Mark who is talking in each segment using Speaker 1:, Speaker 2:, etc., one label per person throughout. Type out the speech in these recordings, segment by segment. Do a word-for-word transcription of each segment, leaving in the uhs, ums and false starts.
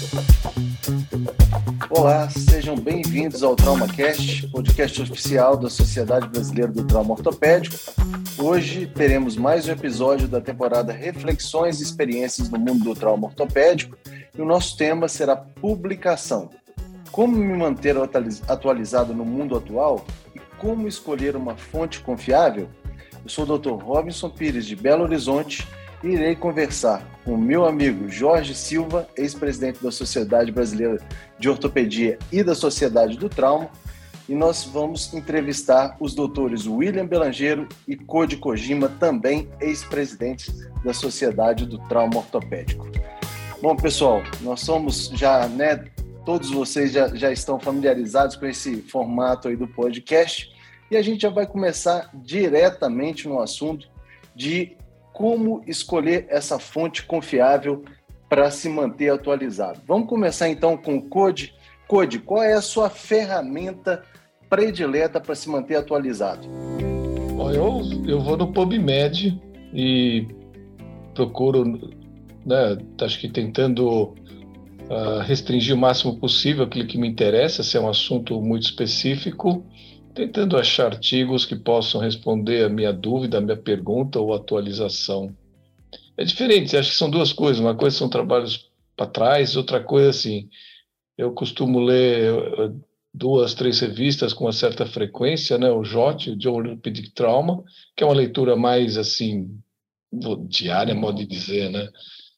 Speaker 1: Olá, sejam bem-vindos ao TraumaCast, podcast oficial da Sociedade Brasileira do Trauma Ortopédico. Hoje teremos mais um episódio da temporada Reflexões e Experiências no Mundo do Trauma Ortopédico e o nosso tema será publicação. Como me manter atualizado no mundo atual e como escolher uma fonte confiável? Eu sou o doutor Robinson Pires, de Belo Horizonte, e irei conversar com o meu amigo Jorge Silva, ex-presidente da Sociedade Brasileira de Ortopedia e da Sociedade do Trauma, e nós vamos entrevistar os doutores William Belangeiro e Koji Kojima, também ex-presidentes da Sociedade do Trauma Ortopédico. Bom, pessoal, nós somos já, né, todos vocês já, já estão familiarizados com esse formato aí do podcast, e a gente já vai começar diretamente no assunto de como escolher essa fonte confiável para se manter atualizado. Vamos começar então com o Koji. Koji, qual é a sua ferramenta predileta para se manter atualizado?
Speaker 2: Bom, eu, eu vou no PubMed e procuro, né, acho que tentando uh, restringir o máximo possível aquilo que me interessa, se é um assunto muito específico, tentando achar artigos que possam responder a minha dúvida, a minha pergunta ou atualização. É diferente, acho que são duas coisas. Uma coisa são trabalhos para trás, outra coisa assim, eu costumo ler duas, três revistas com uma certa frequência, né? O J O T, o Journal of Orthopedic Trauma, que é uma leitura mais assim, diária, modo de dizer, né?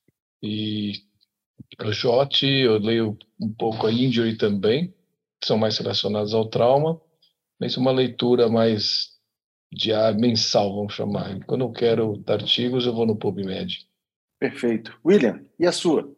Speaker 2: E o J O T, eu leio um pouco a Injury também, que são mais relacionados ao trauma. Mas uma leitura mais diária, mensal, vamos chamar. Quando eu quero artigos, eu vou no PubMed.
Speaker 1: Perfeito. William, e a sua?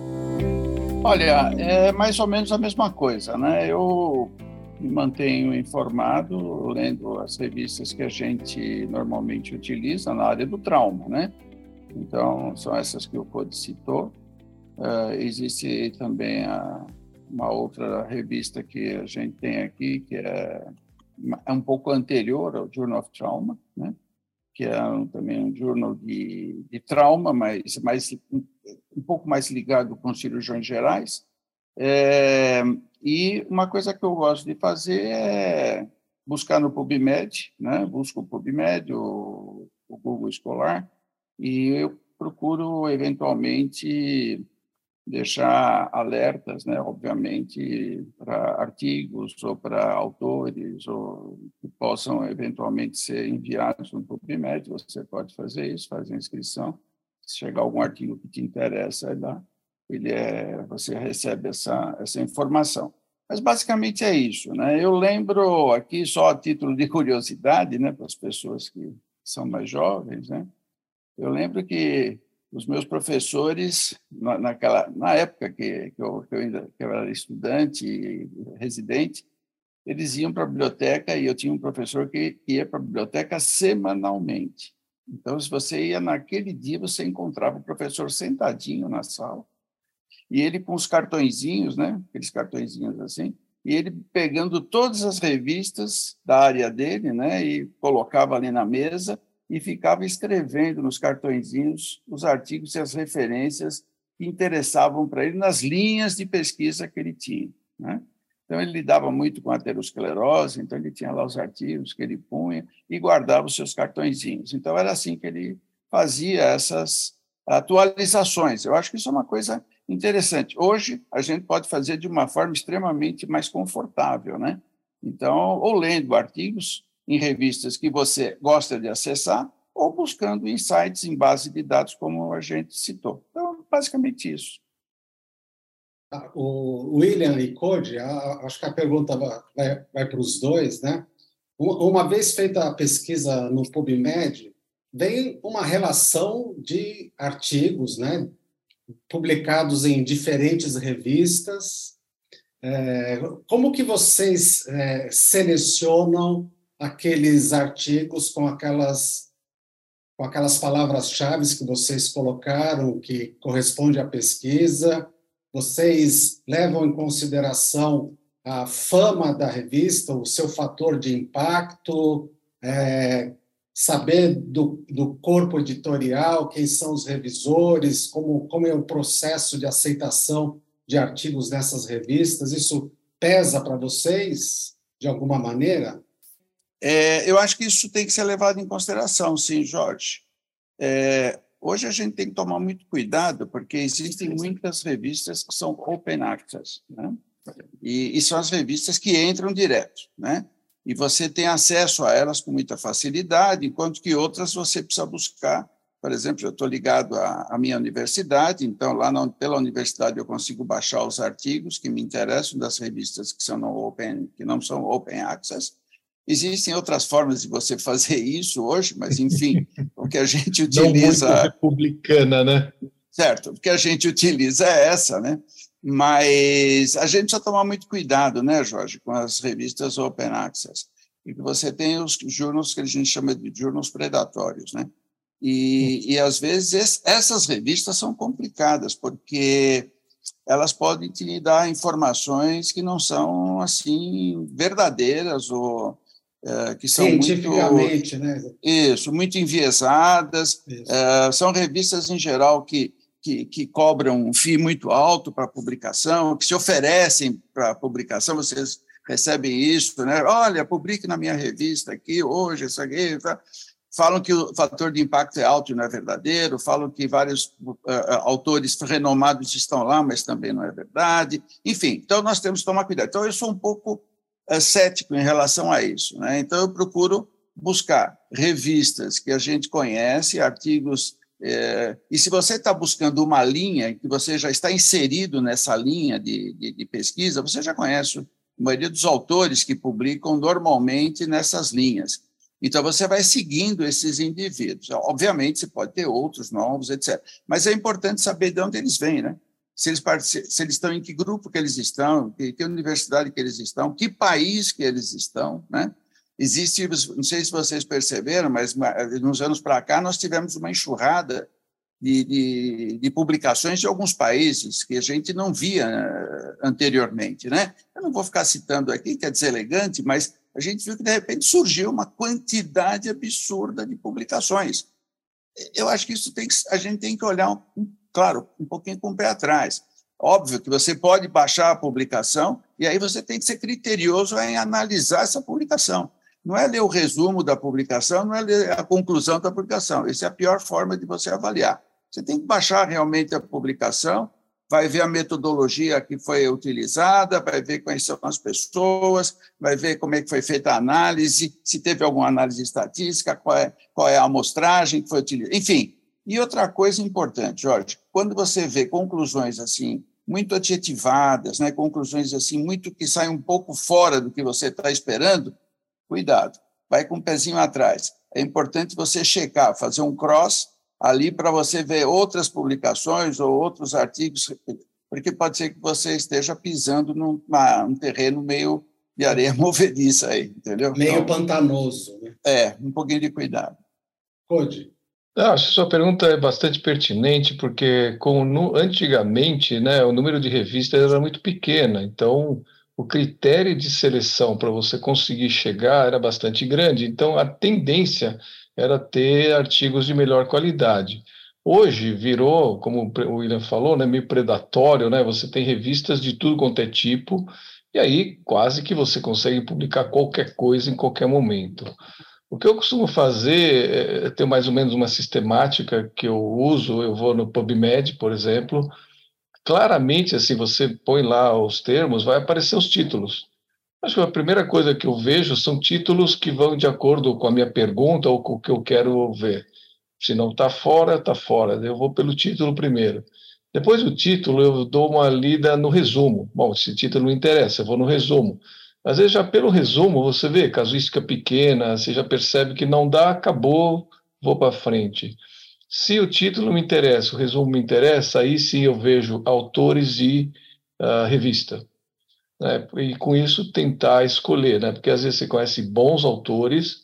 Speaker 3: Olha, é mais ou menos a mesma coisa, né? Eu me mantenho informado, lendo as revistas que a gente normalmente utiliza na área do trauma, né? Então, são essas que o Code citou. Uh, existe também a, uma outra revista que a gente tem aqui, que é é um pouco anterior ao Journal of Trauma, né? Que é um, também um jornal de, de trauma, mas mais, um, um pouco mais ligado com cirurgiões gerais. É, e uma coisa que eu gosto de fazer é buscar no PubMed, né? Busco o PubMed, o, o Google Escolar, e eu procuro, eventualmente, deixar alertas, né, obviamente, para artigos ou para autores ou que possam eventualmente ser enviados no PubMed. Você pode fazer isso, fazer a inscrição. Se chegar algum artigo que te interessa, lá, ele é, você recebe essa, essa informação. Mas, basicamente, é isso, né? Eu lembro aqui, só a título de curiosidade, né, para as pessoas que são mais jovens, né? Eu lembro que os meus professores, na, naquela, na época que, que, eu, que, eu ainda, que eu era estudante e residente, eles iam para a biblioteca e eu tinha um professor que ia para a biblioteca semanalmente. Então, se você ia naquele dia, você encontrava o professor sentadinho na sala e ele com os cartõezinhos, né, aqueles cartõezinhos assim, e ele pegando todas as revistas da área dele, né, e colocava ali na mesa e ficava escrevendo nos cartõezinhos os artigos e as referências que interessavam para ele nas linhas de pesquisa que ele tinha, né? Então, ele lidava muito com aterosclerose, então ele tinha lá os artigos que ele punha e guardava os seus cartõezinhos. Então, era assim que ele fazia essas atualizações. Eu acho que isso é uma coisa interessante. Hoje, a gente pode fazer de uma forma extremamente mais confortável, né? Então, ou lendo artigos em revistas que você gosta de acessar, ou buscando em sites em base de dados, como a gente citou. Então, basicamente isso.
Speaker 4: O William e Code, acho que a pergunta vai, vai para os dois, né? Uma vez feita a pesquisa no PubMed, vem uma relação de artigos, né, publicados em diferentes revistas. É, como que vocês é, selecionam aqueles artigos com aquelas, com aquelas palavras-chave que vocês colocaram, que corresponde à pesquisa? Vocês levam em consideração a fama da revista, o seu fator de impacto, é, saber do, do corpo editorial, quem são os revisores, como, como é o processo de aceitação de artigos nessas revistas? Isso pesa para vocês, de alguma maneira?
Speaker 3: É, eu acho que isso tem que ser levado em consideração, sim, Jorge. É, hoje a gente tem que tomar muito cuidado, porque existem muitas revistas que são open access, né? E, e são as revistas que entram direto, né? E você tem acesso a elas com muita facilidade, enquanto que outras você precisa buscar. Por exemplo, eu estou ligado à, à minha universidade, então lá na, pela universidade eu consigo baixar os artigos que me interessam das revistas que, são não open, que não são open access. Existem outras formas de você fazer isso hoje, mas, enfim, o que a gente utiliza...
Speaker 2: Não muito republicana, né?
Speaker 3: Certo, o que a gente utiliza é essa, né? Mas a gente precisa tomar muito cuidado, né, Jorge, com as revistas open access. E você tem os journals que a gente chama de journals predatórios, né? E, e às vezes, essas revistas são complicadas, porque elas podem te dar informações que não são, assim, verdadeiras ou é, que são
Speaker 4: cientificamente,
Speaker 3: muito,
Speaker 4: né?
Speaker 3: Isso, muito enviesadas. É, são revistas, em geral, que, que, que cobram um fee muito alto para publicação, que se oferecem para publicação, vocês recebem isso, né? Olha, publique na minha revista aqui, hoje, isso aqui, tá? Falam que o fator de impacto é alto e não é verdadeiro, falam que vários uh, autores renomados estão lá, mas também não é verdade. Enfim, então nós temos que tomar cuidado. Então, eu sou um pouco uh, cético em relação a isso, né? Então, eu procuro buscar revistas que a gente conhece, artigos... Eh, e se você está buscando uma linha, que você já está inserido nessa linha de, de, de pesquisa, você já conhece a maioria dos autores que publicam normalmente nessas linhas. Então, você vai seguindo esses indivíduos. Obviamente, você pode ter outros novos, etcétera. Mas é importante saber de onde eles vêm, né? Se eles, se eles estão, em que grupo que eles estão, que, que universidade que eles estão, que país que eles estão, né? Existe, não sei se vocês perceberam, mas nos anos para cá nós tivemos uma enxurrada de, de, de publicações de alguns países que a gente não via anteriormente, né? Eu não vou ficar citando aqui, que é deselegante, mas a gente viu que, de repente, surgiu uma quantidade absurda de publicações. Eu acho que isso tem que, a gente tem que olhar, um, claro, um pouquinho com o pé atrás. Óbvio que você pode baixar a publicação e aí você tem que ser criterioso em analisar essa publicação. Não é ler o resumo da publicação, não é ler a conclusão da publicação. Essa é a pior forma de você avaliar. Você tem que baixar realmente a publicação, vai ver a metodologia que foi utilizada, vai ver quais são as pessoas, vai ver como é que foi feita a análise, se teve alguma análise estatística, qual é, qual é a amostragem que foi utilizada, enfim. E outra coisa importante, Jorge, quando você vê conclusões assim, muito adjetivadas, né, conclusões assim, muito que saem um pouco fora do que você está esperando, cuidado, vai com o pezinho atrás. É importante você checar, fazer um cross ali para você ver outras publicações ou outros artigos, porque pode ser que você esteja pisando num um terreno meio de areia movediça aí, entendeu?
Speaker 4: Meio
Speaker 3: então,
Speaker 4: pantanoso, né?
Speaker 3: É, um pouquinho de cuidado.
Speaker 4: Code.
Speaker 2: Ah, acho que sua pergunta é bastante pertinente, porque com, no, antigamente, né, o número de revistas era muito pequeno, então o critério de seleção para você conseguir chegar era bastante grande, então a tendência era ter artigos de melhor qualidade. Hoje virou, como o William falou, né, meio predatório, né? Você tem revistas de tudo quanto é tipo, e aí quase que você consegue publicar qualquer coisa em qualquer momento. O que eu costumo fazer é ter mais ou menos uma sistemática que eu uso, eu vou no PubMed, por exemplo, claramente, assim, você põe lá os termos, vai aparecer os títulos. Acho que a primeira coisa que eu vejo são títulos que vão de acordo com a minha pergunta ou com o que eu quero ver. Se não está fora, está fora. Eu vou pelo título primeiro. Depois do título, eu dou uma lida no resumo. Bom, esse título não interessa, eu vou no resumo. Às vezes, já pelo resumo, você vê casuística pequena, você já percebe que não dá, acabou, vou para frente. Se o título me interessa, o resumo me interessa, aí sim eu vejo autores e uh, revista. Né? E com isso tentar escolher, né? Porque às vezes você conhece bons autores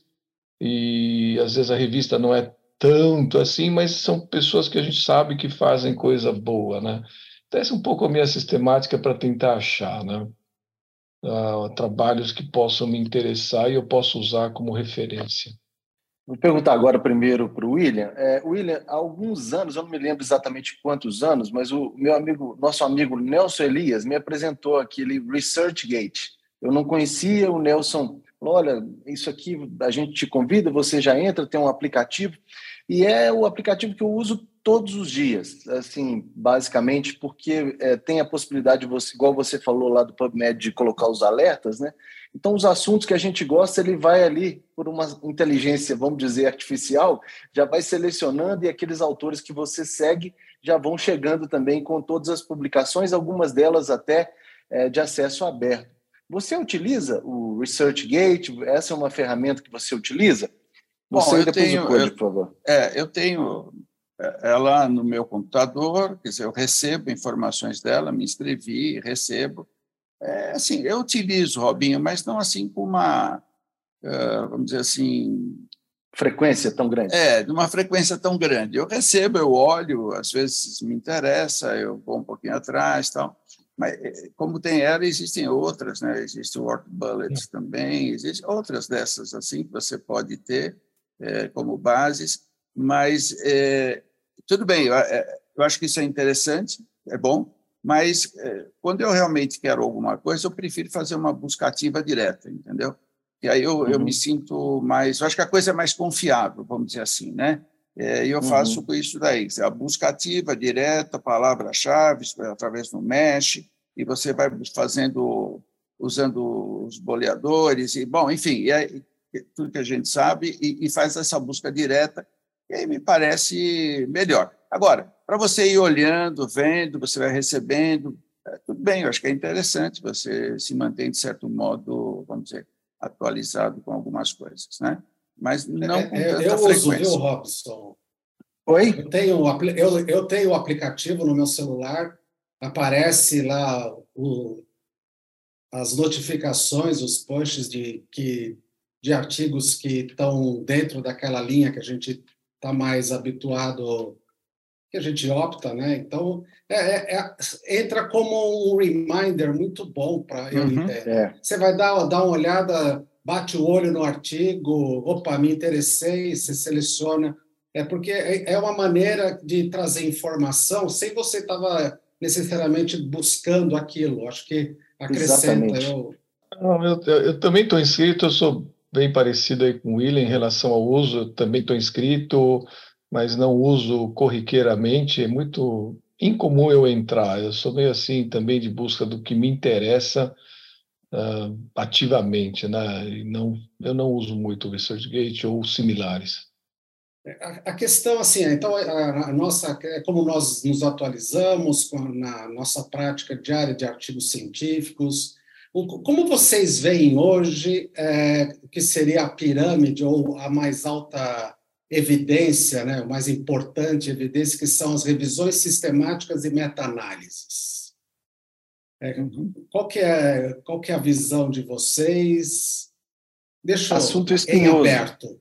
Speaker 2: e às vezes a revista não é tanto assim, mas são pessoas que a gente sabe que fazem coisa boa, né? Então essa é um pouco a minha sistemática para tentar achar, né? Uh, trabalhos que possam me interessar e eu posso usar como referência.
Speaker 1: Vou perguntar agora primeiro para o William. É, William, há alguns anos, eu não me lembro exatamente quantos anos, mas o meu amigo, nosso amigo Nelson Elias me apresentou aquele ResearchGate. Eu não conhecia, o Nelson falou, olha, isso aqui a gente te convida, você já entra, tem um aplicativo, e é o aplicativo que eu uso todos os dias, assim, basicamente, porque é, tem a possibilidade de você, igual você falou lá do PubMed, de colocar os alertas, né? Então, os assuntos que a gente gosta, ele vai ali, por uma inteligência, vamos dizer, artificial, já vai selecionando e aqueles autores que você segue já vão chegando também com todas as publicações, algumas delas até é, de acesso aberto. Você utiliza o ResearchGate? Essa é uma ferramenta que você utiliza? Você
Speaker 3: Bom, eu
Speaker 1: depois
Speaker 3: tenho,
Speaker 1: o code,
Speaker 3: eu,
Speaker 1: por favor.
Speaker 3: É, eu tenho ela no meu computador, quer dizer, eu recebo informações dela, me inscrevi, recebo. É, assim, eu utilizo, Robinho, mas não assim com uma, uh, vamos dizer assim...
Speaker 1: Frequência tão grande?
Speaker 3: É, de uma frequência tão grande. Eu recebo, eu olho, às vezes me interessa, eu vou um pouquinho atrás, tal. Mas, como tem ela, existem outras, né? Existe o Work Bullets é. também, existem outras dessas, assim, que você pode ter é, como bases, mas é, tudo bem, eu, eu acho que isso é interessante, é bom, mas é, quando eu realmente quero alguma coisa, eu prefiro fazer uma busca ativa direta, entendeu? E aí eu, uhum. eu me sinto mais... Eu acho que a coisa é mais confiável, vamos dizer assim, né? É, e eu faço uhum. com isso daí. A busca ativa, direta, palavras-chave, através do Mesh, e você vai fazendo, usando os boleadores, e, bom, enfim, e aí, tudo que a gente sabe, e, e faz essa busca direta, e aí me parece melhor. Agora, para você ir olhando, vendo, você vai recebendo, é, tudo bem, eu acho que é interessante, você se mantém, de certo modo, vamos dizer, atualizado com algumas coisas, né? Mas não com
Speaker 4: é,
Speaker 3: tanta
Speaker 4: eu
Speaker 3: frequência.
Speaker 4: Eu uso, viu, Robson?
Speaker 1: Oi?
Speaker 4: Eu tenho, eu, eu tenho o aplicativo no meu celular, aparece lá o, as notificações, os posts de, que, de artigos que estão dentro daquela linha que a gente está mais habituado, que a gente opta, né? Então, é, é, entra como um reminder muito bom para eu.
Speaker 3: Uhum,
Speaker 4: é,
Speaker 1: é.
Speaker 4: Você vai dar, dar uma olhada, bate o olho no artigo, opa, me interessei, você seleciona. É porque é uma maneira de trazer informação sem você estava necessariamente buscando aquilo. Acho que acrescenta. Eu...
Speaker 2: Não, eu, eu, eu também estou inscrito, eu sou bem parecido aí com o William em relação ao uso, eu também estou inscrito, mas não uso corriqueiramente, é muito incomum eu entrar, eu sou meio assim também de busca do que me interessa uh, ativamente, né? E não, eu não uso muito o ResearchGate ou similares.
Speaker 4: A questão, assim, então, a nossa, como nós nos atualizamos na nossa prática diária de artigos científicos, como vocês veem hoje é, que seria a pirâmide ou a mais alta evidência, né, o mais importante evidência, que são as revisões sistemáticas e meta-análises? É, qual que é, qual que é a visão de vocês? Deixa eu,
Speaker 1: Assunto espinhoso.
Speaker 4: Em aberto.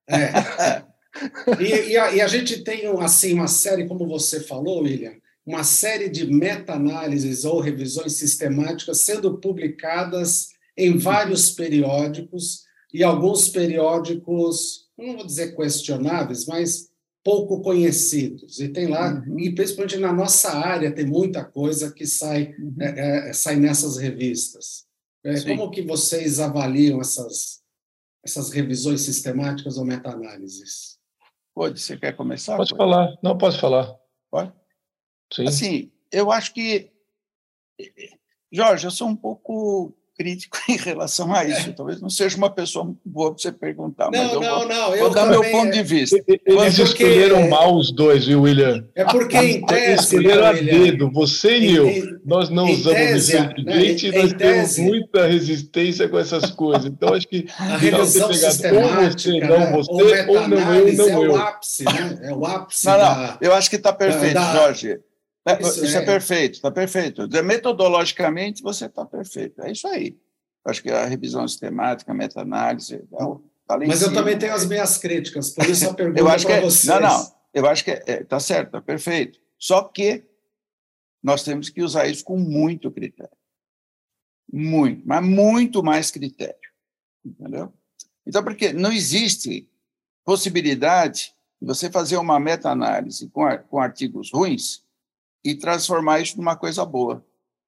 Speaker 4: É. E, e, a, e a gente tem assim uma série, como você falou, William, uma série de meta-análises ou revisões sistemáticas sendo publicadas em vários periódicos, e alguns periódicos, não vou dizer questionáveis, mas pouco conhecidos. E tem lá, uhum. e principalmente na nossa área, tem muita coisa que sai, uhum. é, é, sai nessas revistas. É, como que vocês avaliam essas, essas revisões sistemáticas ou meta-análises?
Speaker 3: Pode, você quer começar?
Speaker 2: Pode falar. Não, pode falar.
Speaker 3: Pode?
Speaker 2: Sim.
Speaker 3: Assim, eu acho que... Jorge, eu sou um pouco crítico em relação a isso. É. Talvez não seja uma pessoa muito boa para você perguntar,
Speaker 4: não,
Speaker 3: mas eu
Speaker 4: não,
Speaker 3: vou,
Speaker 4: não,
Speaker 3: eu vou dar meu ponto
Speaker 4: é...
Speaker 3: de vista.
Speaker 2: Eles
Speaker 4: porque...
Speaker 2: escolheram mal os dois, viu, William?
Speaker 4: É porque em tese...
Speaker 2: Eles escolheram a dedo, você e
Speaker 4: em,
Speaker 2: eu.
Speaker 4: Em,
Speaker 2: nós não usamos
Speaker 4: tese,
Speaker 2: ResearchGate
Speaker 4: né,
Speaker 2: e nós
Speaker 4: tese,
Speaker 2: temos muita resistência com essas coisas. Então, acho que
Speaker 4: a revisão sistemática,
Speaker 2: ou você,
Speaker 4: né,
Speaker 2: não você,
Speaker 4: ou meta-análise
Speaker 2: ou não eu, não
Speaker 4: é o
Speaker 2: eu.
Speaker 4: ápice, né? É o ápice
Speaker 3: não,
Speaker 4: da...
Speaker 3: Não, eu acho que está perfeito, da, Jorge. É, isso isso é, é perfeito, está perfeito. Metodologicamente, você está perfeito. É isso aí. Acho que a revisão sistemática, a meta-análise... Tá
Speaker 4: Mas
Speaker 3: eu
Speaker 4: cima, também tenho as minhas críticas, por isso a pergunta para
Speaker 3: é,
Speaker 4: vocês.
Speaker 3: Não, não, eu acho que está é, tá certo, está perfeito. Só que nós temos que usar isso com muito critério. Muito, mas muito mais critério. Entendeu? Então, porque não existe possibilidade de você fazer uma meta-análise com, com artigos ruins e transformar isso numa coisa boa.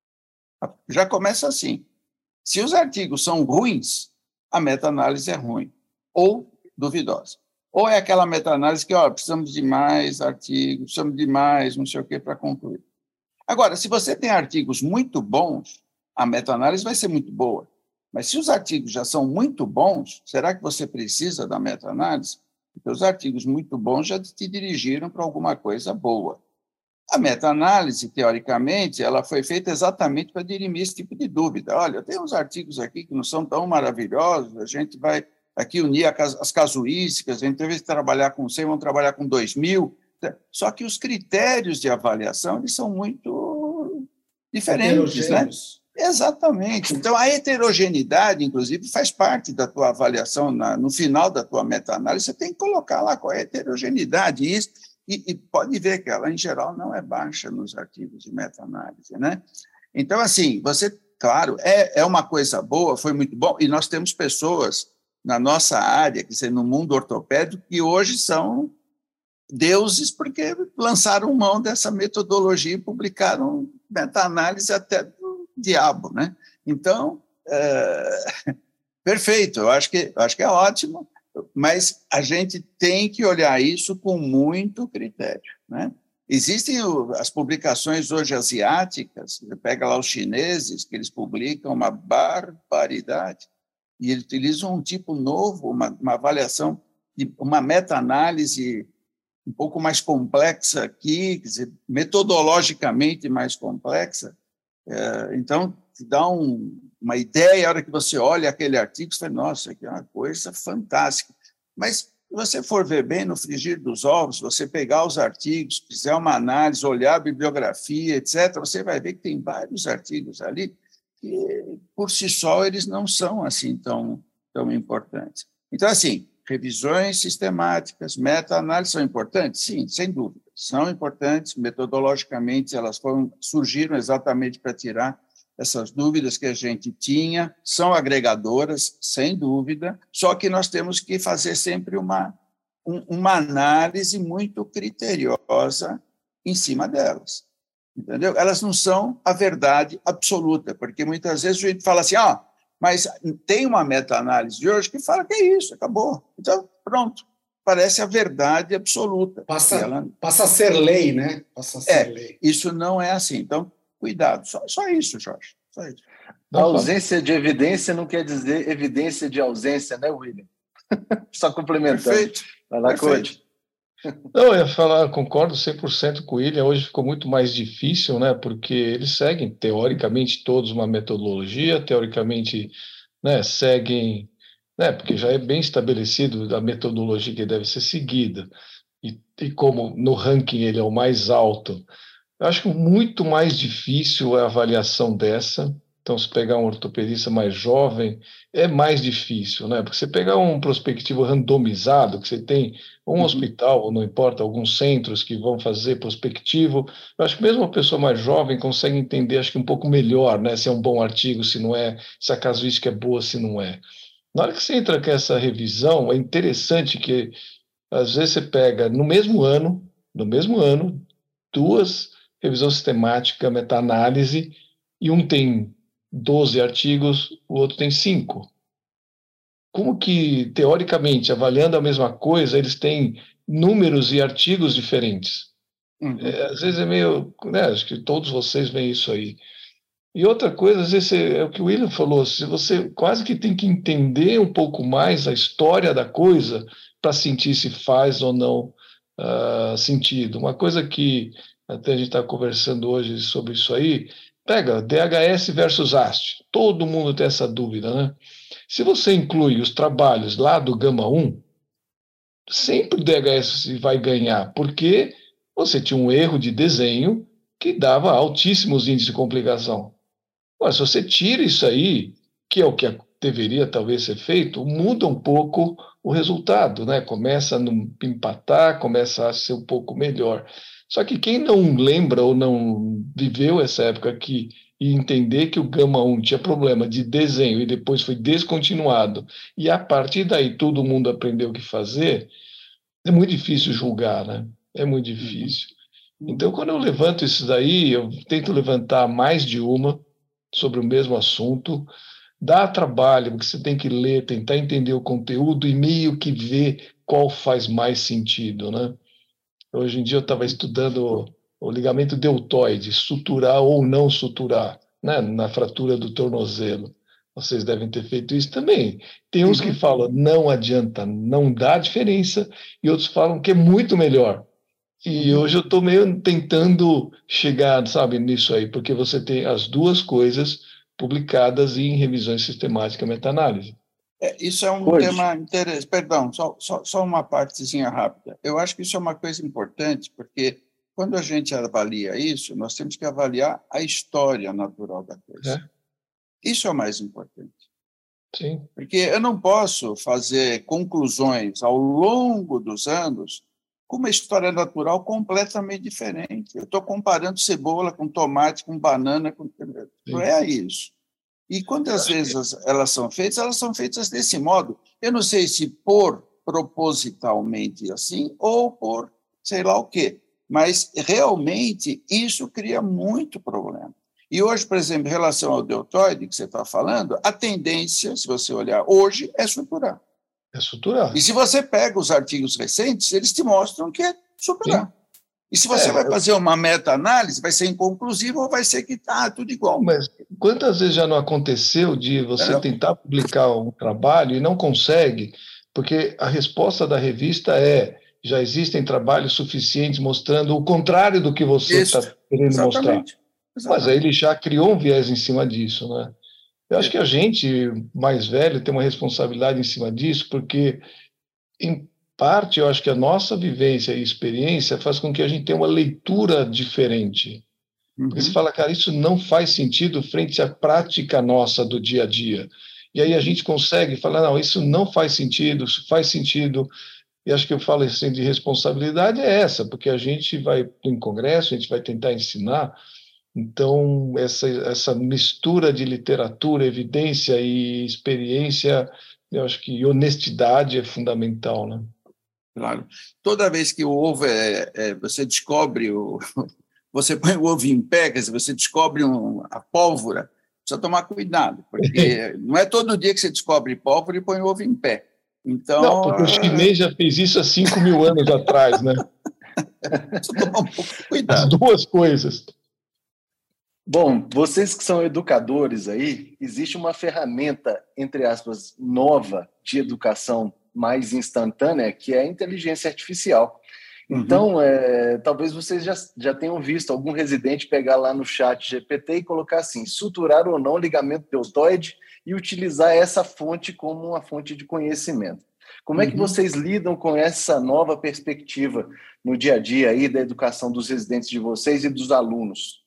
Speaker 3: Já começa assim. Se os artigos são ruins, a meta-análise é ruim ou duvidosa. Ou é aquela meta-análise que, ó, precisamos de mais artigos, precisamos de mais não sei o quê para concluir. Agora, se você tem artigos muito bons, a meta-análise vai ser muito boa. Mas se os artigos já são muito bons, será que você precisa da meta-análise? Porque os artigos muito bons já te dirigiram para alguma coisa boa. A meta-análise, teoricamente, ela foi feita exatamente para dirimir esse tipo de dúvida. Olha, tem uns artigos aqui que não são tão maravilhosos, a gente vai aqui unir as casuísticas, a gente, em vez de trabalhar com cem, vamos trabalhar com dois mil. Só que os critérios de avaliação eles são muito diferentes, né? Exatamente. Então, a heterogeneidade, inclusive, faz parte da tua avaliação. Na, no final da tua meta-análise, você tem que colocar lá qual é a heterogeneidade. E, isso, e, e pode ver que ela, em geral, não é baixa nos artigos de meta-análise, né? Então, assim, você, claro, é, é uma coisa boa, foi muito bom, e nós temos pessoas na nossa área, quer dizer, no mundo ortopédico, que hoje são deuses porque lançaram mão dessa metodologia e publicaram meta-análise até do diabo, né? Então, é, perfeito, eu acho que, eu acho que é ótimo, mas a gente tem que olhar isso com muito critério, né? Existem as publicações hoje asiáticas, você pega lá os chineses, que eles publicam uma barbaridade, e eles utilizam um tipo novo, uma, uma avaliação, uma meta-análise um pouco mais complexa aqui, quer dizer, metodologicamente mais complexa. É, então, te dá um, uma ideia, a hora que você olha aquele artigo, você fala, nossa, que é uma coisa fantástica. Mas, se você for ver bem no frigir dos ovos, você pegar os artigos, fizer uma análise, olhar a bibliografia, etcétera, você vai ver que tem vários artigos ali que, por si só, eles não são assim tão, tão importantes. Então, assim, revisões sistemáticas, meta-análises são importantes? Sim, sem dúvida. São importantes, metodologicamente, elas foram, surgiram exatamente para tirar essas dúvidas que a gente tinha, são agregadoras, sem dúvida, só que nós temos que fazer sempre uma, um, uma análise muito criteriosa em cima delas, entendeu? Elas não são a verdade absoluta, porque muitas vezes a gente fala assim, ah, mas tem uma meta-análise de hoje que fala que é isso, acabou. Então, pronto, parece a verdade absoluta.
Speaker 4: Passa,
Speaker 3: ela...
Speaker 4: passa a ser lei, né? Passa a ser
Speaker 3: é,
Speaker 4: lei.
Speaker 3: Isso não é assim. Então, cuidado. Só, só isso, Jorge. Só isso.
Speaker 1: A ausência de evidência não quer dizer evidência de ausência, né, William? Só complementando.
Speaker 3: Perfeito.
Speaker 1: Vai lá, Code.
Speaker 2: Não, eu ia falar, concordo cem por cento com o William, hoje ficou muito mais difícil, né, porque eles seguem, teoricamente, todos uma metodologia, teoricamente, né, seguem, né, porque já é bem estabelecido a metodologia que deve ser seguida, e, e como no ranking ele é o mais alto, eu acho muito mais difícil a avaliação dessa. Então, se pegar um ortopedista mais jovem, é mais difícil, né? Porque você pegar um prospectivo randomizado, que você tem um uhum. hospital, ou não importa, alguns centros que vão fazer prospectivo, eu acho que mesmo uma pessoa mais jovem consegue entender, acho que um pouco melhor, né? Se é um bom artigo, se não é, se a casuística é boa, se não é. Na hora que você entra com essa revisão, é interessante que, às vezes, você pega, no mesmo ano, no mesmo ano, duas revisão sistemática, meta-análise, e um tem doze artigos, o outro tem cinco. Como que, teoricamente, avaliando a mesma coisa, eles têm números e artigos diferentes? Uhum. É, às vezes é meio... Né, acho que todos vocês veem isso aí. E outra coisa, às vezes, é o que o William falou, se você quase que tem que entender um pouco mais a história da coisa para sentir se faz ou não uh, sentido. Uma coisa que até a gente está conversando hoje sobre isso aí, pega D H S versus A S T. Todo mundo tem essa dúvida, né? Se você inclui os trabalhos lá do Gama um, sempre o D H S vai ganhar, porque você tinha um erro de desenho que dava altíssimos índices de complicação. Agora, se você tira isso aí, que é o que deveria talvez ser feito, muda um pouco o resultado, né? Começa a não empatar, começa a ser um pouco melhor. Só que quem não lembra ou não viveu essa época aqui e entender que o Gama um tinha problema de desenho e depois foi descontinuado, e a partir daí todo mundo aprendeu o que fazer, é muito difícil julgar, né? É muito difícil. Uhum. Então, quando eu levanto isso daí, eu tento levantar mais de uma sobre o mesmo assunto. Dá trabalho, porque você tem que ler, tentar entender o conteúdo e meio que ver qual faz mais sentido, né? Hoje em dia eu estava estudando o ligamento deltoide, suturar ou não suturar, né? Na fratura do tornozelo. Vocês devem ter feito isso também. Tem uns uhum. que falam não adianta, não dá diferença, e outros falam que é muito melhor. E uhum. hoje eu estou meio tentando chegar, sabe, nisso aí, porque você tem as duas coisas publicadas em revisões sistemáticas meta-análise.
Speaker 3: É, isso é um Hoje. tema interessante. Perdão, só, só, só uma partezinha rápida. Eu acho que isso é uma coisa importante, porque quando a gente avalia isso, nós temos que avaliar a história natural da coisa. É. Isso é o mais importante.
Speaker 2: Sim.
Speaker 3: Porque eu não posso fazer conclusões ao longo dos anos com uma história natural completamente diferente. Eu estou comparando cebola com tomate, com banana, com... não é isso. E quantas vezes que... elas são feitas? Elas são feitas desse modo. Eu não sei se por propositalmente assim ou por sei lá o quê, mas realmente isso cria muito problema. E hoje, por exemplo, em relação ao deltoide que você está falando, a tendência, se você olhar hoje, é suturar.
Speaker 2: É suturar.
Speaker 3: E se você pega os artigos recentes, eles te mostram que é suturar. Sim. E se você é, vai fazer uma meta-análise, vai ser inconclusiva ou vai ser que está tudo igual.
Speaker 2: Mas quantas vezes já não aconteceu de você é. tentar publicar um trabalho e não consegue, porque a resposta da revista é já existem trabalhos suficientes mostrando o contrário do que você está querendo
Speaker 3: Exatamente.
Speaker 2: mostrar.
Speaker 3: Exatamente.
Speaker 2: Mas aí ele já criou um viés em cima disso, né? Eu acho que a gente, mais velho, tem uma responsabilidade em cima disso, porque, em parte, eu acho que a nossa vivência e experiência faz com que a gente tenha uma leitura diferente. Uhum. Porque você fala, cara, isso não faz sentido frente à prática nossa do dia a dia. E aí a gente consegue falar, não, isso não faz sentido, isso faz sentido. E acho que eu falo assim de responsabilidade é essa, porque a gente vai em congresso, a gente vai tentar ensinar. Então, essa, essa mistura de literatura, evidência e experiência, eu acho que honestidade é fundamental, né?
Speaker 3: Claro. Toda vez que o ovo é, é você descobre o, você põe o ovo em pé, quer dizer, você descobre um, a pólvora, precisa tomar cuidado, porque não é todo dia que você descobre pólvora e põe o ovo em pé. Então,
Speaker 2: não, porque o chinês já fez isso há cinco mil anos atrás, né?
Speaker 3: Precisa tomar um pouco de cuidado.
Speaker 2: As duas coisas.
Speaker 1: Bom, vocês que são educadores aí, existe uma ferramenta, entre aspas, nova de educação mais instantânea, que é a inteligência artificial. Então, uhum. é, talvez vocês já, já tenham visto algum residente pegar lá no chat G P T e colocar assim, suturar ou não ligamento deltoide e utilizar essa fonte como uma fonte de conhecimento. Como é que uhum. vocês lidam com essa nova perspectiva no dia a dia aí da educação dos residentes de vocês e dos alunos?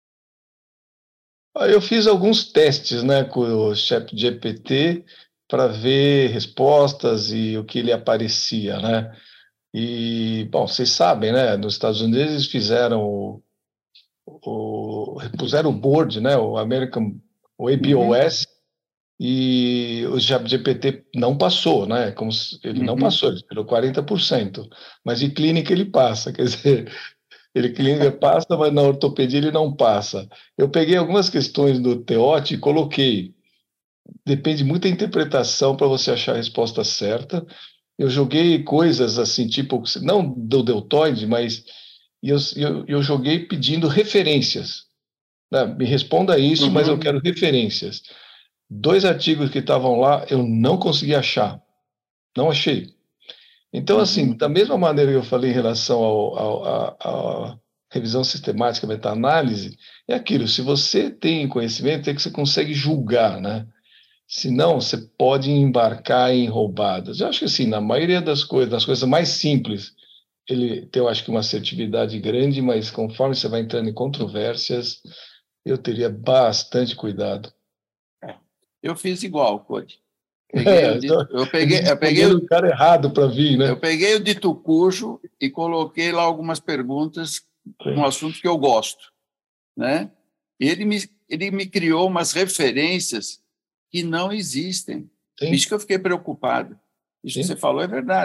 Speaker 2: Eu fiz alguns testes, né, com o chat G P T para ver respostas e o que ele aparecia, né? E, bom, vocês sabem, né, nos Estados Unidos eles fizeram o, o puseram o board, né, o American, o A B O S, uhum. e o chat G P T não passou, né, como se, ele uhum. não passou, ele tirou quarenta por cento, mas em clínica ele passa, quer dizer... Ele clínica passa, mas na ortopedia ele não passa. Eu peguei algumas questões do T O T e coloquei. Depende muito da interpretação para você achar a resposta certa. Eu joguei coisas assim, tipo, não do deltoide, mas eu, eu, eu joguei pedindo referências. Né? Me responda isso, uhum. mas eu quero referências. Dois artigos que estavam lá, eu não consegui achar. Não achei. Então, assim, da mesma maneira que eu falei em relação à revisão sistemática, meta-análise, é aquilo, se você tem conhecimento, é que você consegue julgar, né? Senão, você pode embarcar em roubadas. Eu acho que, assim, na maioria das coisas, das coisas mais simples, ele tem, eu acho que, uma assertividade grande, mas conforme você vai entrando em controvérsias, eu teria bastante cuidado.
Speaker 3: Eu fiz igual, Code. Peguei é, o dito, eu peguei, eu peguei
Speaker 2: o cara errado para vir, né?
Speaker 3: Eu peguei o dito cujo e coloquei lá algumas perguntas com um assunto que eu gosto, né? Ele me ele me criou umas referências que não existem. Sim. Isso que eu fiquei preocupado. Isso Sim. que você falou é verdade.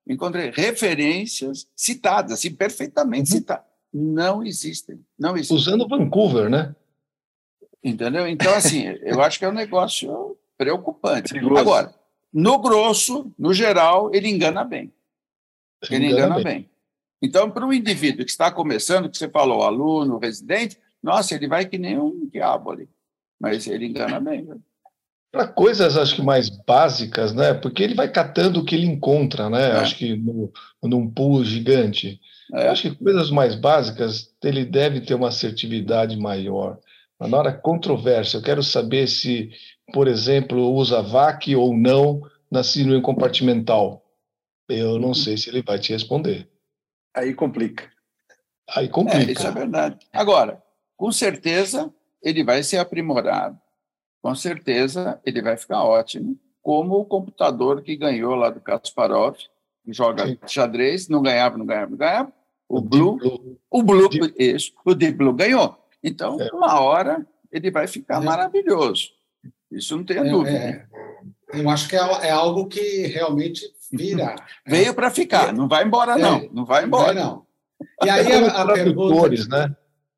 Speaker 3: encontrei referências citadas, assim, perfeitamente uhum. citadas. Não existem, não existem.
Speaker 2: Usando Vancouver, né?
Speaker 3: Entendeu? Então, assim, eu acho que é um negócio preocupante.
Speaker 1: Perigoso.
Speaker 3: Agora, no grosso, no geral, ele engana bem. Ele engana, engana bem. bem. Então, para um indivíduo que está começando, que você falou, aluno, residente, nossa, ele vai que nem um diabo ali. Mas ele engana bem. Né?
Speaker 2: Para coisas, acho que mais básicas, né? Porque ele vai catando o que ele encontra, né? É. Acho que no, num pool gigante. É. Acho que coisas mais básicas, ele deve ter uma assertividade maior. Mas na hora controvérsia, eu quero saber se, por exemplo, usa V A C ou não na síndrome compartimental. Eu não sei se ele vai te responder.
Speaker 1: Aí complica.
Speaker 2: Aí complica.
Speaker 3: É, isso é verdade. Agora, com certeza, ele vai ser aprimorado. Com certeza, ele vai ficar ótimo, como o computador que ganhou lá do Kasparov, que joga Sim. xadrez, não ganhava, não ganhava, não ganhava. O, o Blue, Blue, o Blue, Deep. Isso, o Deep Blue ganhou. Então, é. uma hora, ele vai ficar é. maravilhoso. Isso não tem
Speaker 4: é,
Speaker 3: dúvida.
Speaker 4: É. Eu acho que é, é algo que realmente vira.
Speaker 3: Veio para ficar, é. não vai embora, não. É. Não vai embora.
Speaker 4: Não, não. E aí a, a pergunta...
Speaker 2: né?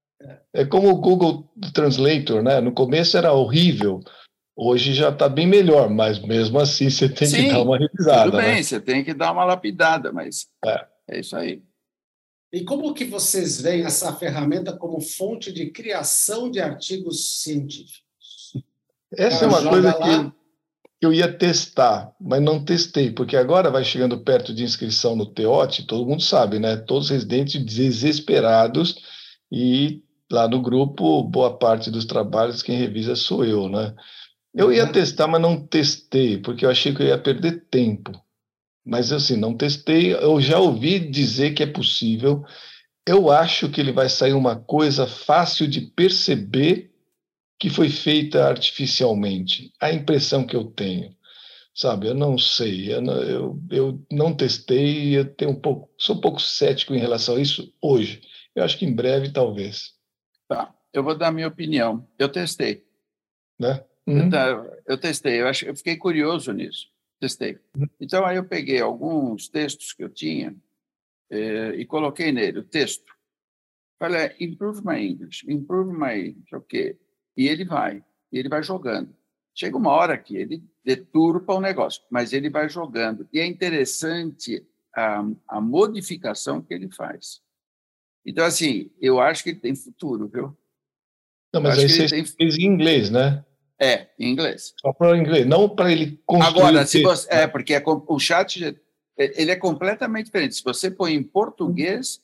Speaker 2: É como o Google Translator, né? No começo era horrível, hoje já está bem melhor, mas mesmo assim você tem
Speaker 3: Sim,
Speaker 2: que dar uma revisada.
Speaker 3: Tudo bem,
Speaker 2: né?
Speaker 3: Você tem que dar uma lapidada, mas é, é isso aí.
Speaker 4: E como que vocês veem essa ferramenta como fonte de criação de artigos científicos?
Speaker 2: Essa é uma coisa que eu ia testar, mas não testei, porque agora vai chegando perto de inscrição no TEOT, todo mundo sabe, né? Todos os residentes desesperados e lá no grupo, boa parte dos trabalhos quem revisa sou eu, né? Eu ia testar, mas não testei, porque eu achei que eu ia perder tempo. Mas assim, não testei, eu já ouvi dizer que é possível. Eu acho que ele vai sair uma coisa fácil de perceber que foi feita artificialmente. A impressão que eu tenho, sabe? Eu não sei, eu não, eu, eu não testei, eu tenho um pouco, sou um pouco cético em relação a isso hoje. Eu acho que em breve, talvez.
Speaker 3: Tá, eu vou dar a minha opinião. Eu testei.
Speaker 2: Né? Uhum.
Speaker 3: Eu, eu testei, eu, acho, eu fiquei curioso nisso. Testei. Então, aí eu peguei alguns textos que eu tinha eh, e coloquei nele o texto. Falei, improve my English, improve my... o quê? E ele vai, e ele vai jogando. Chega uma hora que ele deturpa o negócio, mas ele vai jogando. E é interessante a, a modificação que ele faz. Então, assim, eu acho que ele tem futuro, viu?
Speaker 2: Não, mas aí você tem... fez em inglês, né?
Speaker 3: É, em inglês.
Speaker 2: Só para inglês, não para ele construir.
Speaker 3: Agora, se você, é, porque é, o chat ele é completamente diferente. Se você põe em português,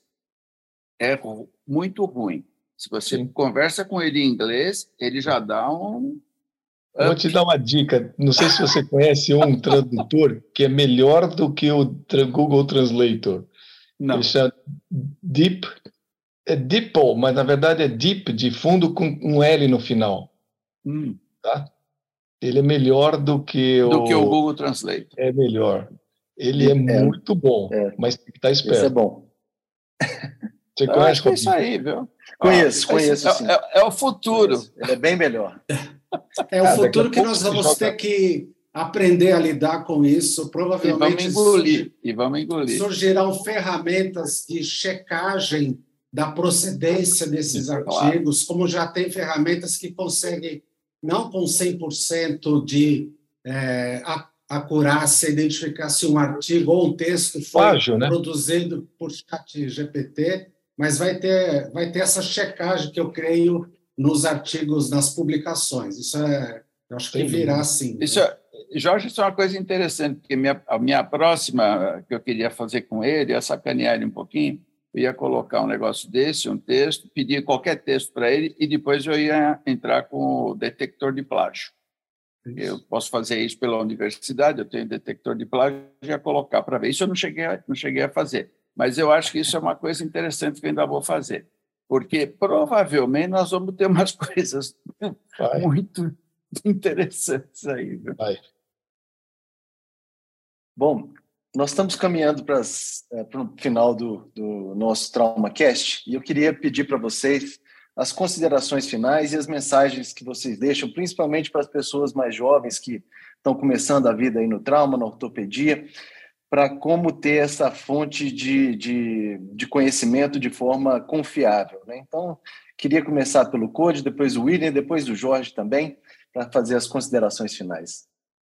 Speaker 3: é muito ruim. Se você Sim. conversa com ele em inglês, ele já dá um...
Speaker 2: Eu vou te dar uma dica. Não sei se você conhece um tradutor que é melhor do que o Google Translator.
Speaker 3: Não.
Speaker 2: Ele chama Deep. É DeepL, mas na verdade é Deep, de fundo com um L no final.
Speaker 3: Hum.
Speaker 2: Tá? Ele é melhor do que o...
Speaker 3: Do que o Google Translate.
Speaker 2: É melhor. Ele é, é muito bom, é. mas tem que estar esperto.
Speaker 1: Esse é bom.
Speaker 2: Você conhece?
Speaker 3: Acho que é isso aí, viu?
Speaker 1: Conheço,
Speaker 3: ah,
Speaker 1: conheço
Speaker 3: é,
Speaker 1: sim.
Speaker 3: É, é o futuro.
Speaker 1: Conheço. Ele é bem melhor.
Speaker 4: É o ah, futuro que nós vamos ter que aprender a lidar com isso. Provavelmente
Speaker 3: e vamos engolir. E vamos engolir.
Speaker 4: Surgirão ferramentas de checagem da procedência desses Isso, artigos, claro. Como já tem ferramentas que conseguem, não com cem por cento de é, acurácia, identificar se um artigo ou um texto foi Ágil, né? produzido por chat G P T, mas vai ter, vai ter essa checagem que eu creio nos artigos, nas publicações. Isso é, eu acho que virá sim.
Speaker 3: Isso é, Jorge, isso é uma coisa interessante, porque minha, a minha próxima que eu queria fazer com ele, é sacanear ele um pouquinho, eu ia colocar um negócio desse, um texto, pedir qualquer texto para ele e depois eu ia entrar com o detector de plágio. Isso. Eu posso fazer isso pela universidade, eu tenho detector de plágio e ia colocar para ver. Isso eu não cheguei, a, não cheguei a fazer, mas eu acho que isso é uma coisa interessante que eu ainda vou fazer, porque provavelmente nós vamos ter umas coisas Vai. muito interessantes aí. Viu?
Speaker 2: Vai.
Speaker 1: Bom, nós estamos caminhando para, é, para o final do, do nosso TraumaCast e eu queria pedir para vocês as considerações finais e as mensagens que vocês deixam, principalmente para as pessoas mais jovens que estão começando a vida aí no trauma, na ortopedia. para como ter essa fonte de, de, de conhecimento de forma confiável, né? Então, queria começar pelo Code, depois o William, depois o Jorge também, para fazer as considerações finais.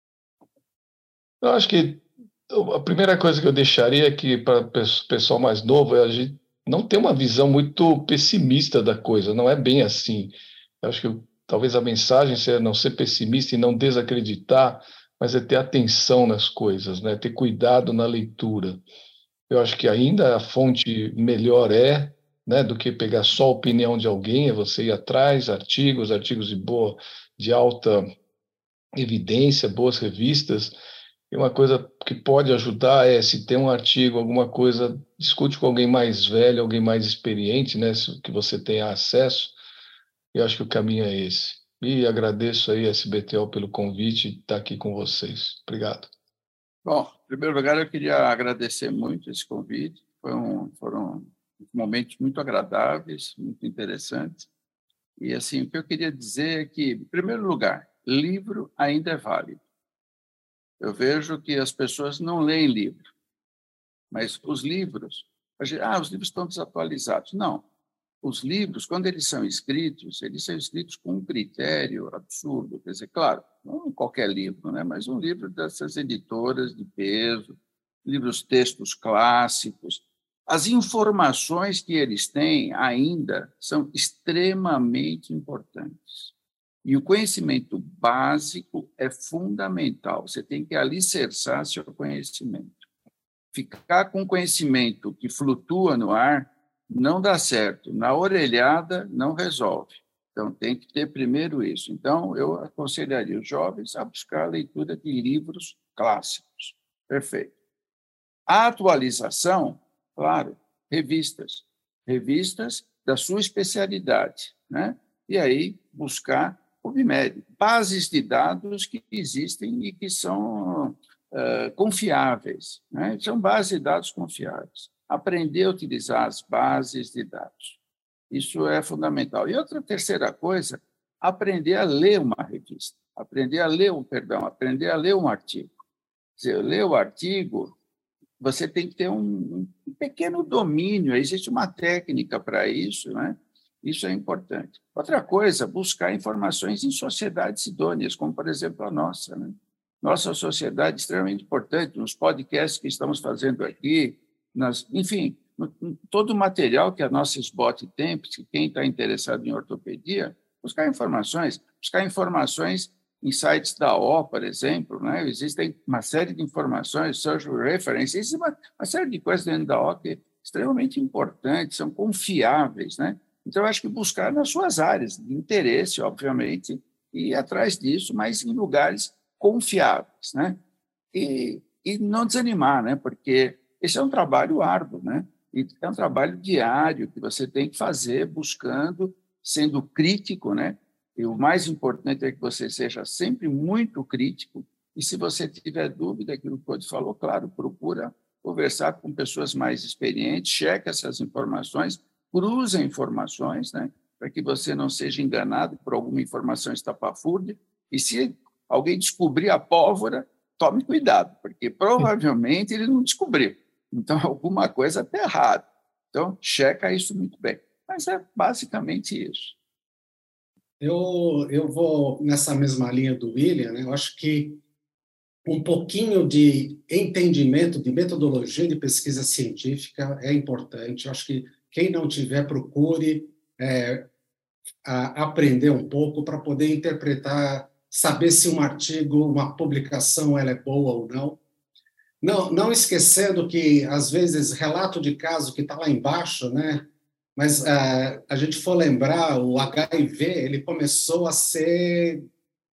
Speaker 2: Eu acho que a primeira coisa que eu deixaria aqui para o pessoal mais novo é a gente não ter uma visão muito pessimista da coisa, não é bem assim. Eu acho que talvez a mensagem seja não ser pessimista e não desacreditar, mas é ter atenção nas coisas, né? Ter cuidado na leitura. Eu acho que ainda a fonte melhor é, né, do que pegar só a opinião de alguém, é você ir atrás, artigos, artigos de boa, de alta evidência, boas revistas. E uma coisa que pode ajudar é, se tem um artigo, alguma coisa, discute com alguém mais velho, alguém mais experiente, né, que você tenha acesso. Eu acho que o caminho é esse. E agradeço aí a S B T O pelo convite e estar aqui com vocês. Obrigado.
Speaker 3: Bom, em primeiro lugar, eu queria agradecer muito esse convite. Foi um, foram momentos muito agradáveis, muito interessantes. E, assim, o que eu queria dizer é que, em primeiro lugar, livro ainda é válido. Eu vejo que as pessoas não leem livro, mas os livros, a gente, ah, os livros estão desatualizados. Não. Os livros, quando eles são escritos, eles são escritos com um critério absurdo. Quer dizer, claro, não qualquer livro, né? Mas um livro dessas editoras de peso, livros, textos clássicos. As informações que eles têm ainda são extremamente importantes. E o conhecimento básico é fundamental. Você tem que alicerçar seu conhecimento. Ficar com conhecimento que flutua no ar não dá certo. Na orelhada, não resolve. Então, tem que ter primeiro isso. Então, eu aconselharia os jovens a buscar a leitura de livros clássicos. Perfeito. A atualização, claro, revistas. Revistas da sua especialidade, né? E aí, buscar PubMed, bases de dados que existem e que são uh, confiáveis, né? São bases de dados confiáveis. Aprender a utilizar as bases de dados. Isso é fundamental. E outra terceira coisa, aprender a ler uma revista, aprender a ler um, perdão, aprender a ler um artigo. Quer dizer, ler o artigo, você tem que ter um, um pequeno domínio, existe uma técnica para isso, né? Isso é importante. Outra coisa, buscar informações em sociedades idôneas, como, por exemplo, a nossa, né? Nossa sociedade é extremamente importante, nos podcasts que estamos fazendo aqui, nas, enfim, no, no, todo o material que a nossa S B O T tem, quem está interessado em ortopedia, buscar informações, buscar informações em sites da O, por exemplo, né? Existem uma série de informações, Surgery Reference, existe uma, uma série de coisas dentro da O que é extremamente importantes, são confiáveis, né? Então, eu acho que buscar nas suas áreas de interesse, obviamente, e ir atrás disso, mas em lugares confiáveis, né? E, e não desanimar, né? Porque esse é um trabalho árduo, né? E é um trabalho diário que você tem que fazer, buscando, sendo crítico, né? E o mais importante é que você seja sempre muito crítico. E se você tiver dúvida, aquilo que o Code falou, claro, procura conversar com pessoas mais experientes, cheque essas informações, cruza informações, né? Para que você não seja enganado por alguma informação estapafúrdia. E se alguém descobrir a pólvora, tome cuidado, porque provavelmente ele não descobriu. Então, alguma coisa está errada. Então, checa isso muito bem. Mas é basicamente isso.
Speaker 4: Eu, eu vou nessa mesma linha do William, né? Eu acho que um pouquinho de entendimento de metodologia de pesquisa científica é importante. Eu acho que quem não tiver, procure é, a, aprender um pouco para poder interpretar, saber se um artigo, uma publicação, ela é boa ou não. Não, não esquecendo que, às vezes, relato de caso que está lá embaixo, né? Mas uh, a gente for lembrar, o H I V ele começou a ser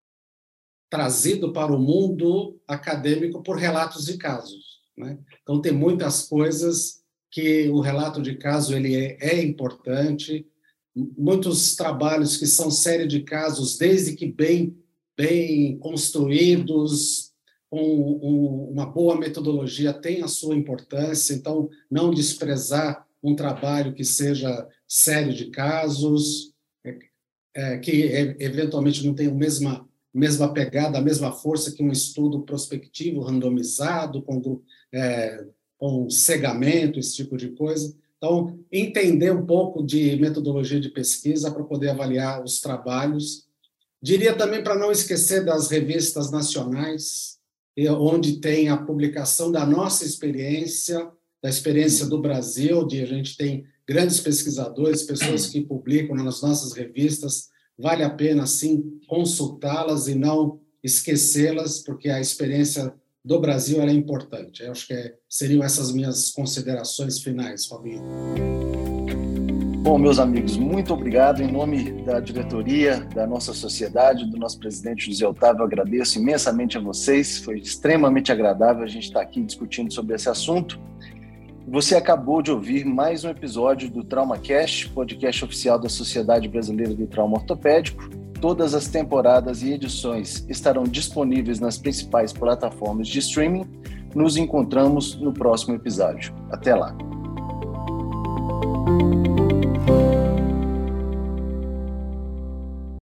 Speaker 4: trazido para o mundo acadêmico por relatos de casos, né? Então, tem muitas coisas que o relato de caso ele é, é importante, muitos trabalhos que são série de casos, desde que bem, bem construídos, com um, uma boa metodologia, tem a sua importância, então, não desprezar um trabalho que seja série de casos, é, que é, eventualmente não tem a mesma mesma pegada, a mesma força que um estudo prospectivo, randomizado, com, é, com cegamento, esse tipo de coisa. Então, entender um pouco de metodologia de pesquisa para poder avaliar os trabalhos. Diria também para não esquecer das revistas nacionais, onde tem a publicação da nossa experiência, da experiência do Brasil, de a gente tem grandes pesquisadores, pessoas que publicam nas nossas revistas. Vale a pena, sim, consultá-las e não esquecê-las, porque a experiência do Brasil é importante. Eu acho que seriam essas minhas considerações finais, Fabinho.
Speaker 1: Bom, meus amigos, muito obrigado. Em nome da diretoria, da nossa sociedade, do nosso presidente José Otávio, agradeço imensamente a vocês. Foi extremamente agradável a gente estar aqui discutindo sobre esse assunto. Você acabou de ouvir mais um episódio do TraumaCast, podcast oficial da Sociedade Brasileira do Trauma Ortopédico. Todas as temporadas e edições estarão disponíveis nas principais plataformas de streaming. Nos encontramos no próximo episódio. Até lá!